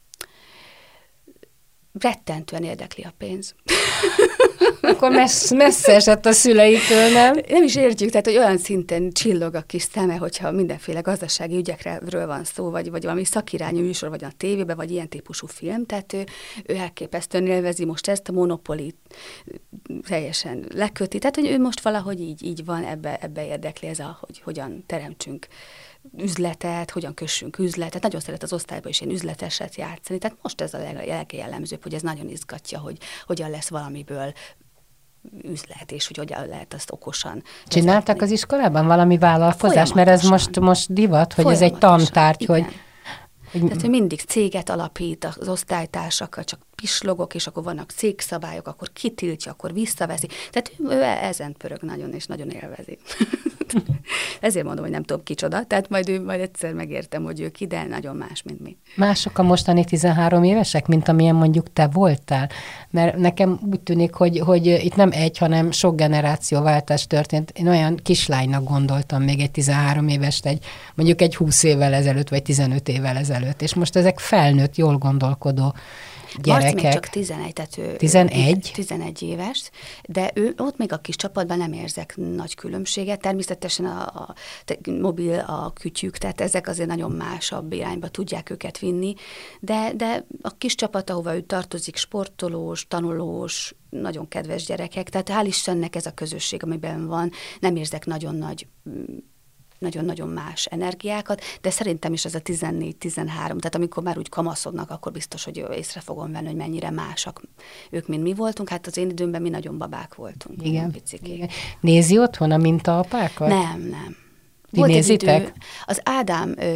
Rettentően érdekli a pénz. Akkor messze, messze esett a szüleitől, nem? Nem is értjük, tehát, hogy olyan szinten csillog a kis szeme, hogyha mindenféle gazdasági ügyekről van szó, vagy, vagy valami szakirányú műsor, vagy a tévében, vagy ilyen típusú film, tehát ő, ő elképesztően élvezi most ezt a monopolit teljesen leköti, tehát, hogy ő most valahogy így, így van, ebbe, ebbe érdekli ez a, hogy hogyan teremtsünk üzletet, hogyan kössünk üzletet. Nagyon szeret az osztályban is ilyen üzleteset játszani. Tehát most ez a legjellemzőbb, hogy ez nagyon izgatja, hogy hogyan lesz valamiből üzlet, és hogy hogyan lehet azt okosan. Csináltak vezetni. Az iskolában valami vállalkozás? Mert ez most, most divat, hogy ez egy tantárgy, hogy... hogy... Tehát, hogy mindig céget alapít az osztálytársakkal, csak pislogok, és akkor vannak cégszabályok, akkor kitiltja, akkor visszaveszi. Tehát ő ezen pörög nagyon, és nagyon élvezi. Ezért mondom, hogy nem tudom kicsoda, tehát majd, ő, majd egyszer megértem, hogy ő ki, de nagyon más, mint mi. Mások a mostani tizenhárom évesek, mint amilyen mondjuk te voltál? Mert nekem úgy tűnik, hogy, hogy itt nem egy, hanem sok generációváltás történt. Én olyan kislánynak gondoltam még egy tizenhárom évest, egy, mondjuk egy húsz évvel ezelőtt, vagy tizenöt évvel ezelőtt, és most ezek felnőtt, jól gondolkodó gyerekek. Marci még csak tizenegy, tehát ő, tizenegy? tizenegy éves, de ő ott még a kis csapatban nem érzek nagy különbséget. Természetesen a, a, a mobil, a kütyük, tehát ezek azért nagyon másabb irányba tudják őket vinni, de, de a kis csapat, ahova ő tartozik, sportolós, tanulós, nagyon kedves gyerekek, tehát hál' Istennek ez a közösség, amiben van, nem érzek nagyon nagy nagyon-nagyon más energiákat, de szerintem is ez a tizennégy tizenhárom, tehát amikor már úgy kamaszodnak, akkor biztos, hogy észre fogom venni, hogy mennyire másak ők, mint mi voltunk. Hát az én időmben mi nagyon babák voltunk. Igen. Igen. Nézi otthon a mintaapákat? Nem, nem. Ti nézitek? Idő, az Ádám ö,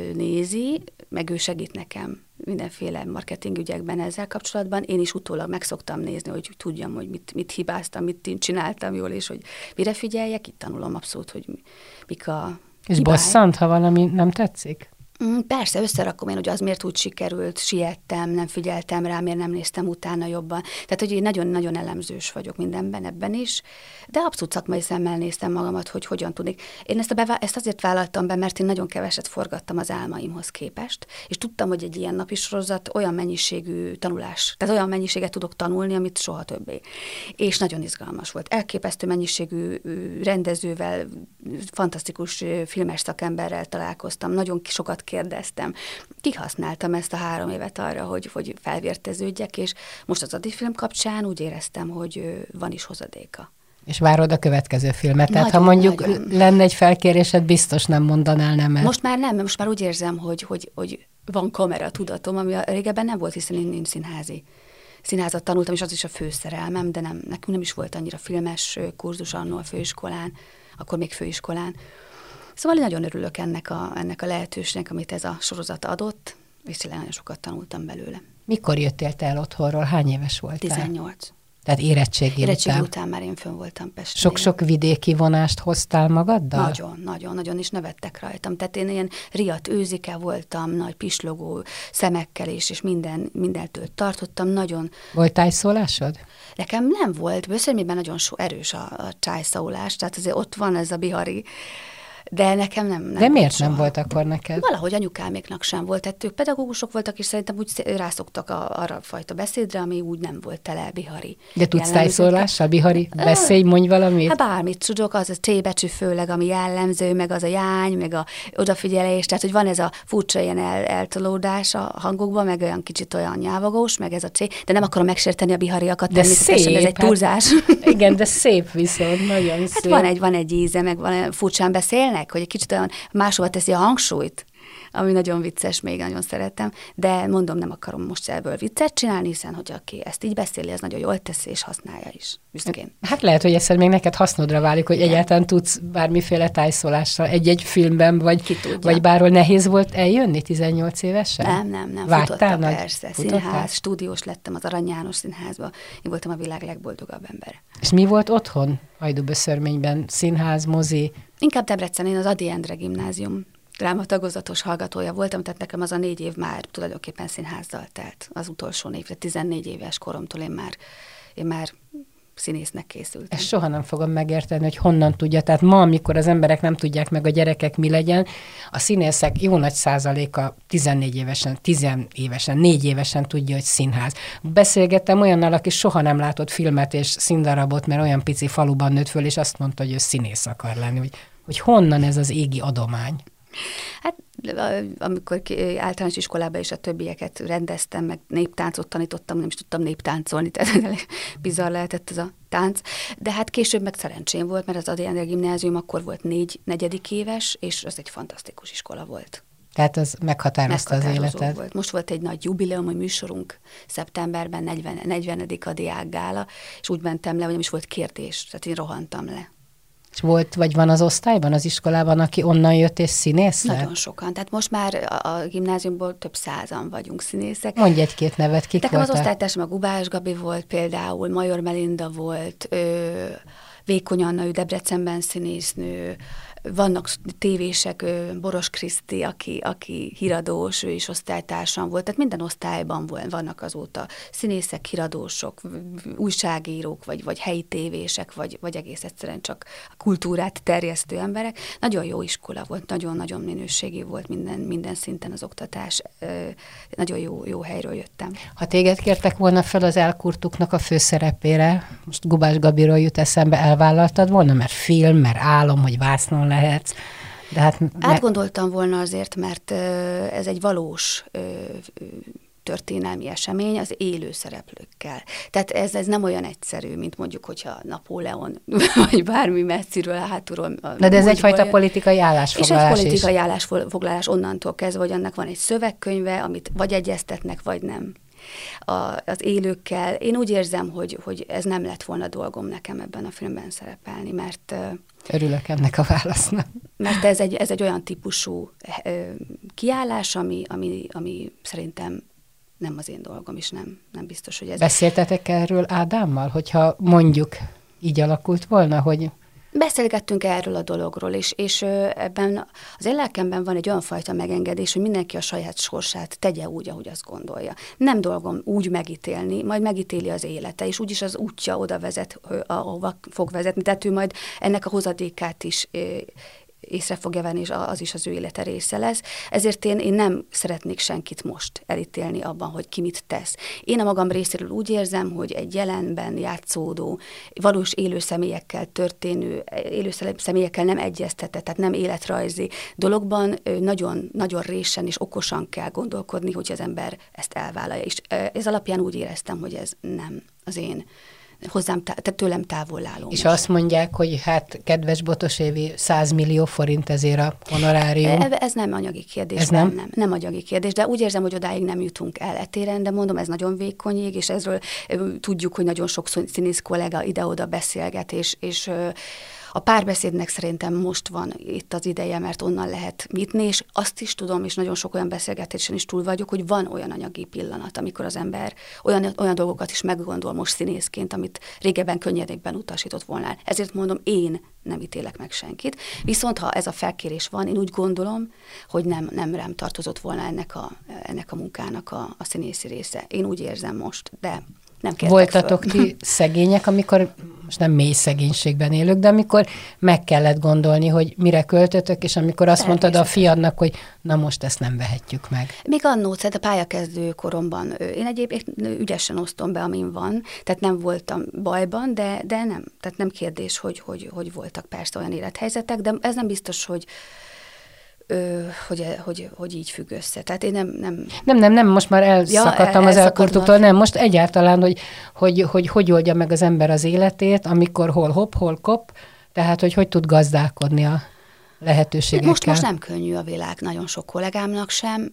nézi, meg ő segít nekem mindenféle marketing ügyekben ezzel kapcsolatban. Én is utólag meg szoktam nézni, hogy tudjam, hogy mit, mit hibáztam, mit csináltam jól, és hogy mire figyeljek. Itt tanulom abszolút, hogy mik a És hibály. bosszant, ha valami nem tetszik? Persze, összerakom én, hogy az miért úgy sikerült, siettem, nem figyeltem rá, miért nem néztem utána jobban. Tehát, hogy én nagyon-nagyon elemzős vagyok mindenben, ebben is, de abszolút szakmai szemmel néztem magamat, hogy hogyan tudnék. Én ezt, a bevá- ezt azért vállaltam be, mert én nagyon keveset forgattam az álmaimhoz képest, és tudtam, hogy egy ilyen napi sorozat olyan mennyiségű tanulás, tehát olyan mennyiséget tudok tanulni, amit soha többé. És nagyon izgalmas volt. Elképesztő mennyiségű rendezővel, fantasztikus filmes szakemberrel találkoztam, nagyon sokat kérdeztem. Kihasználtam ezt a három évet arra, hogy, hogy felvérteződjek, és most az Adi film kapcsán úgy éreztem, hogy van is hozadéka. És várod a következő filmet. Tehát nagyon, ha mondjuk nagyon. lenne egy felkérésed, biztos nem mondanál nemet. Most már nem, most már úgy érzem, hogy, hogy, hogy van kamera tudatom, ami a régebben nem volt, hiszen én, én színházi. Színházat tanultam, és az is a főszerelmem, de nem, nekünk nem is volt annyira filmes kurzus annó a főiskolán, akkor még főiskolán. Szóval nagyon örülök ennek a, ennek a lehetőségnek, amit ez a sorozat adott, és tényleg nagyon sokat tanultam belőle. Mikor jöttél te el otthonról? Hány éves voltál? tizennyolc. Tehát érettségi, érettségi után. után már én fönn voltam Pesten. Sok-sok vidéki vonást hoztál magaddal? Nagyon, nagyon, nagyon is nevettek rajtam. Tehát én ilyen riadt őzike voltam, nagy pislogó szemekkel is, és minden, mindentől tartottam. Nagyon... Volt tájszólásod? Nekem nem volt. Bőszörmében nagyon so erős a, a tájszólás, tehát azért ott van ez a bihari. De nekem nem, nem De miért soha. nem volt akkor neked? Valahogy anyukáméknak sem volt. Tehát ők pedagógusok voltak, és szerintem úgy rászoktak a, arra a fajta beszédre, ami úgy nem volt tele bihari. De tudsz tájszólással, bihari? Beszélj, mondj valamit? Hát bármit tudok, az a T betű főleg, ami jellemző, meg az a jány, meg a odafigyelés, tehát hogy van ez a furcsa ilyen el, eltolódás a hangokban, meg olyan kicsit olyan nyávogós, meg ez a C, de nem akarom megsérteni a bihariakat, de természetesen, szép, ez egy túlzás. Hát, igen, de szép viszont, nagyon Hát szép. van egy, van egy íze, meg van, furcsán beszélnek, hogy egy kicsit olyan máshova teszi a hangsúlyt, ami nagyon vicces, még nagyon szeretem, de mondom, nem akarom most ebből viccet csinálni, hiszen hogy aki ezt így beszéli, ez nagyon jól teszi, és használja is, büszkén. Hát lehet, hogy egyszer még neked hasznodra válik, hogy igen. Egyáltalán tudsz bármiféle tájszólással egy-egy filmben, vagy, vagy bárhol nehéz volt eljönni tizennyolc évesen? Nem, nem, nem, Vágytál, futottam persze. Futottál? Színház, stúdiós lettem az Arany János Színházba. Én voltam a világ legboldogabb embere. És mi volt otthon Hajdúböszörményben? Színház, mozi? Inkább Debrecen, én az Ady Endre gimnázium drámatagozatos hallgatója voltam, tehát nekem az a négy év már tulajdonképpen színházzal telt. Az utolsó név, tehát tizennégy éves koromtól én már, én már színésznek készültem. Ezt soha nem fogom megérteni, hogy honnan tudja. Tehát ma, amikor az emberek nem tudják meg a gyerekek mi legyen, a színészek jó nagy százaléka tizennégy évesen, tíz évesen, négy évesen tudja, hogy színház. Beszélgettem olyannal, aki soha nem látott filmet és színdarabot, mert olyan pici faluban nőtt föl, és azt mondta, hogy ő színész akar lenni. Hogy, hogy honnan ez az égi adomány? Hát amikor általános iskolában is a többieket rendeztem, meg néptáncot tanítottam, nem is tudtam néptáncolni, tehát bizarr lehetett ez a tánc. De hát később meg szerencsém volt, mert az Ady Endre gimnázium akkor volt négy negyedik éves, és az egy fantasztikus iskola volt. Tehát az meghatározta az életed. Volt. Most volt egy nagy jubileumi műsorunk szeptemberben, negyvenedik a diákgála, és úgy mentem le, hogy nem is volt kérdés, tehát én rohantam le. És volt, vagy van az osztályban, az iskolában, aki onnan jött és színész lett? Nagyon sokan. Tehát most már a gimnáziumból több százan vagyunk színészek. Mondj egy-két nevet, kik Nekem voltak? az osztálytársam a Gubás Gabi volt például, Major Melinda volt, ö, Vékony Anna, ő Debrecenben színésznő, vannak tévések, Boros Kriszti, aki, aki híradós, ő is osztálytársam volt, tehát minden osztályban vannak azóta színészek, híradósok, újságírók, vagy, vagy helyi tévések, vagy, vagy egész egyszerűen csak a kultúrát terjesztő emberek. Nagyon jó iskola volt, nagyon-nagyon minőségi volt minden, minden szinten az oktatás, nagyon jó, jó helyről jöttem. Ha téged kértek volna fel az Elkurtuknak a főszerepére, most Gubás Gabiról jut eszembe, elvállaltad volna, mert film, mert álom, hogy vásznon lehetsz. De hát átgondoltam volna azért, mert ez egy valós történelmi esemény az élő szereplőkkel. Tehát ez, ez nem olyan egyszerű, mint mondjuk, hogyha Napóleon, vagy bármi messziről, hátulról. De, de ez egyfajta politikai állásfoglalás És egy politikai is. állásfoglalás onnantól kezdve, hogy annak van egy szövegkönyve, amit vagy egyeztetnek, vagy nem. A, az élőkkel. Én úgy érzem, hogy, hogy ez nem lett volna dolgom nekem ebben a filmben szerepelni, mert Örülök ennek a válasznak. Mert ez egy, ez egy olyan típusú kiállás, ami, ami, ami szerintem nem az én dolgom, és nem, nem biztos, hogy ez... Beszéltetek erről Ádámmal, hogyha mondjuk így alakult volna, hogy... Beszélgettünk erről a dologról, és, és ebben az én lelkemben van egy olyan fajta megengedés, hogy mindenki a saját sorsát tegye úgy, ahogy azt gondolja. Nem dolgom úgy megítélni, majd megítéli az élete, és úgyis az útja oda vezet, ahova fog vezetni, tehát ő majd ennek a hozadékát is észre fogja venni, és az is az ő élete része lesz. Ezért én, én nem szeretnék senkit most elítélni abban, hogy ki mit tesz. Én a magam részéről úgy érzem, hogy egy jelenben játszódó, valós élő személyekkel történő, élő személyekkel nem egyeztetett, tehát nem életrajzi dologban nagyon, nagyon résen és okosan kell gondolkodni, hogy az ember ezt elvállalja. És ez alapján úgy éreztem, hogy ez nem az én hozzám, tehát tőlem távol álló. És most. Azt mondják, hogy hát kedves Botos Évi, száz millió forint ezért a honorárium. Ez nem anyagi kérdés. Ez nem? Nem, nem anyagi kérdés, de úgy érzem, hogy odáig nem jutunk el etéren, de mondom, ez nagyon vékony jég, és ezről tudjuk, hogy nagyon sok színész kollega ide-oda beszélget, és, és a párbeszédnek szerintem most van itt az ideje, mert onnan lehet nyitni, és azt is tudom, és nagyon sok olyan beszélgetésen is túl vagyok, hogy van olyan anyagi pillanat, amikor az ember olyan, olyan dolgokat is meggondol most színészként, amit régebben könnyedébben utasított volna. Ezért mondom, én nem ítélek meg senkit. Viszont ha ez a felkérés van, én úgy gondolom, hogy nem, nem rám tartozott volna ennek a, ennek a munkának a, a színészi része. Én úgy érzem most, de nem kértek Voltatok föl. ti szegények, amikor, most nem mély szegénységben élök, de amikor meg kellett gondolni, hogy mire költötök, és amikor azt mondtad a fiadnak, hogy na most ezt nem vehetjük meg. Még annó, tehát a pályakezdő koromban én egyébként ügyesen osztom be, amin van, tehát nem voltam bajban, de, de nem, tehát nem kérdés, hogy, hogy, hogy voltak persze olyan élethelyzetek, de ez nem biztos, hogy Ö, hogy, hogy, hogy így függ össze. Tehát én nem... Nem, nem, nem, nem most már elszakadtam ja, el, az elkurtuktól, nem, most egyáltalán, hogy hogy, hogy hogy oldja meg az ember az életét, amikor hol hopp, hol kop, tehát hogy hogy tud gazdálkodni a lehetőségekkel. Most, most nem könnyű a világ, nagyon sok kollégámnak sem,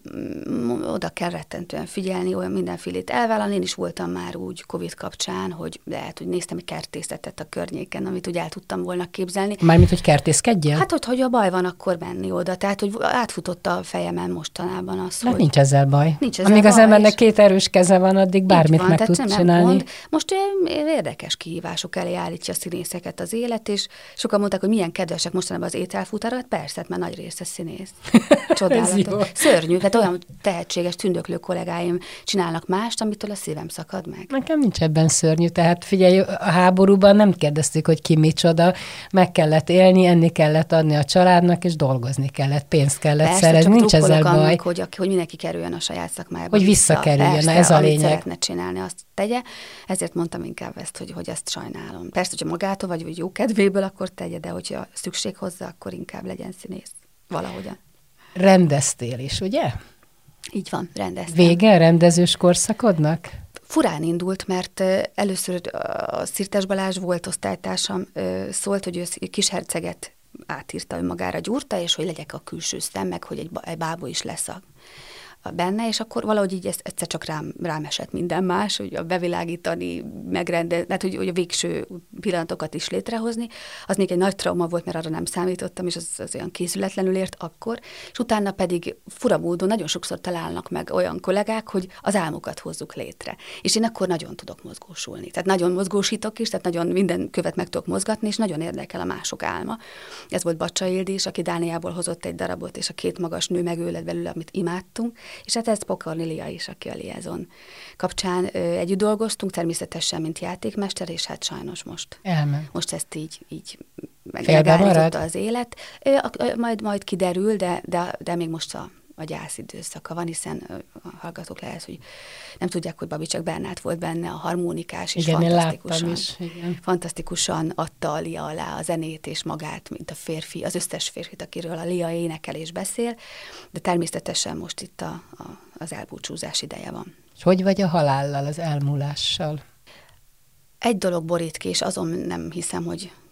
oda kell rettentően figyelni, olyan mindenfélét elvállalni. Én is voltam már úgy Covid kapcsán, hogy lehet, hogy néztem egy kertészetet a környéken, amit úgy el tudtam volna képzelni. Mármint, hogy kertészkedjél? Hát, hogy, hogy a baj van, akkor menni oda. Tehát, hogy átfutott a fejemen mostanában az, hát hogy... nincs ezzel baj. Nincs ezzel Amíg baj, az embernek két erős keze van, addig bármit van, meg tud csinálni. Mond. Most érdekes kihívások elé állítja a színészeket az élet, és sokan mondták, hogy milyen kedvesek mostanában az ételfutára. Persze, hát már nagy része színész. Csodálatos. Szörnyű, tehát olyan tehetséges, tündöklő kollégáim csinálnak mást, amitől a szívem szakad meg. Nekem nincs ebben szörnyű, tehát figyelj, a háborúban nem kérdeztük, hogy ki micsoda, meg kellett élni, enni kellett adni a családnak, és dolgozni kellett, pénzt kellett persze, szerezni, nincs ezzel baj. Annak, hogy, hogy mindenki kerüljön a saját szakmájába. Hogy visszakerüljön, persze, ez a amit lényeg. szeretne csinálni, azt tegye. Ezért mondtam inkább ezt, hogy, hogy ezt sajnálom. Persze, hogyha magától vagy, vagy jó kedvéből, akkor tegye, de hogyha szükség hozzá, akkor inkább legyen színész. Valahogyan. Rendeztél is, ugye? Így van, rendeztem. Vége a rendezős korszakodnak? Furán indult, mert először a Szirtes Balázs volt osztálytársam, szólt, hogy ő Kisherceget átírta önmagára, gyúrta, és hogy legyek a külső szem, meg hogy egy, egy bábú is lesz a benne, és akkor valahogy így ezt egyszer csak rám, rám esett minden más, hogy a bevilágítani, megrendezni, tehát hogy, hogy a végső pillanatokat is létrehozni. Az még egy nagy trauma volt, mert arra nem számítottam, és az, az olyan készületlenül ért akkor, és utána pedig fura módon nagyon sokszor találnak meg olyan kollégák, hogy az álmokat hozzuk létre. És én akkor nagyon tudok mozgósulni. Tehát nagyon mozgósítok is, tehát nagyon minden követ meg tudok mozgatni, és nagyon érdekel a mások álma. Ez volt Bacsa Ildis, aki Dániából hozott egy darabot, és a két magas nő megő lett belőle, amit imádtunk. És hát ez Pokornélia is, aki a Liaison kapcsán ö, együtt dolgoztunk, természetesen, mint játékmester, és hát sajnos most. Elmen. Most ezt így, így megállította az élet. Ö, a, ö, majd, majd kiderül, de, de, de még most a, a gyász időszaka van, hiszen a hallgatók lehet, hogy nem tudják, hogy Babicsak Bernát volt benne, a harmonikás, és igen, fantasztikusan, is, igen. fantasztikusan adta a Lia alá a zenét és magát, mint a férfi, az összes férfit, akiről a Lia énekel és beszél, de természetesen most itt a, a, az elbúcsúzás ideje van. És hogy vagy a halállal, az elmúlással? Egy dolog borít ki, és azon nem hiszem, hogy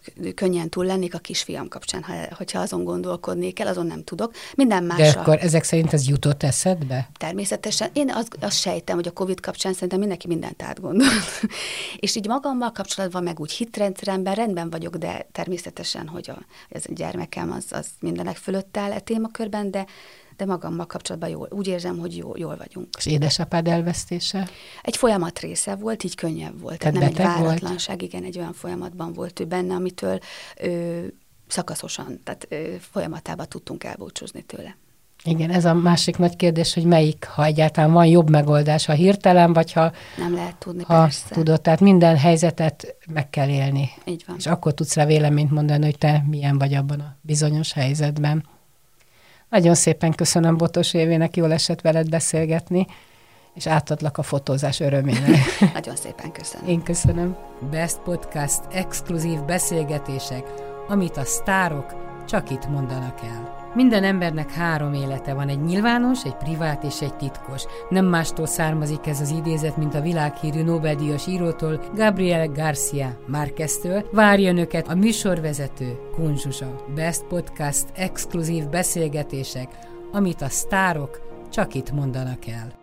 könnyen túl lennék a kisfiam kapcsán, ha, hogyha azon gondolkodnék el, azon nem tudok. Minden más. De akkor ezek szerint ez jutott eszedbe? Természetesen. Én azt, azt sejtem, hogy a Covid kapcsán szerintem mindenki mindent átgondol. És így magammal kapcsolatban, meg úgy hitrendszeremben rendben vagyok, de természetesen, hogy a, ez a gyermekem az, az mindenek fölött áll a témakörben, de de magammal kapcsolatban jól, úgy érzem, hogy jól, jól vagyunk. És édesapád elvesztése? Egy folyamat része volt, így könnyebb volt. Tehát nem egy váratlanság, volt? Igen, egy olyan folyamatban volt ő benne, amitől ö, szakaszosan, tehát ö, folyamatában tudtunk elbúcsúzni tőle. Igen, ez a másik nagy kérdés, hogy melyik, ha egyáltalán van jobb megoldás, ha hirtelen, vagy ha... Nem lehet tudni, ha persze. Tudod, tehát minden helyzetet meg kell élni. Így van. És akkor tudsz rá véleményt mondani, hogy te milyen vagy abban a bizonyos helyzetben. Nagyon szépen köszönöm Botos Évének, jól esett veled beszélgetni, és átadlak a fotózás örömére. Nagyon szépen köszönöm. Én köszönöm. Best Podcast exkluzív beszélgetések, amit a sztárok csak itt mondanak el. Minden embernek három élete van, egy nyilvános, egy privát és egy titkos. Nem mástól származik ez az idézet, mint a világhírű Nobel-díjas írótól, Gabriel García Márqueztől. Várja önöket a műsorvezető, Kun Zsuzsa. Best Podcast exkluzív beszélgetések, amit a sztárok csak itt mondanak el.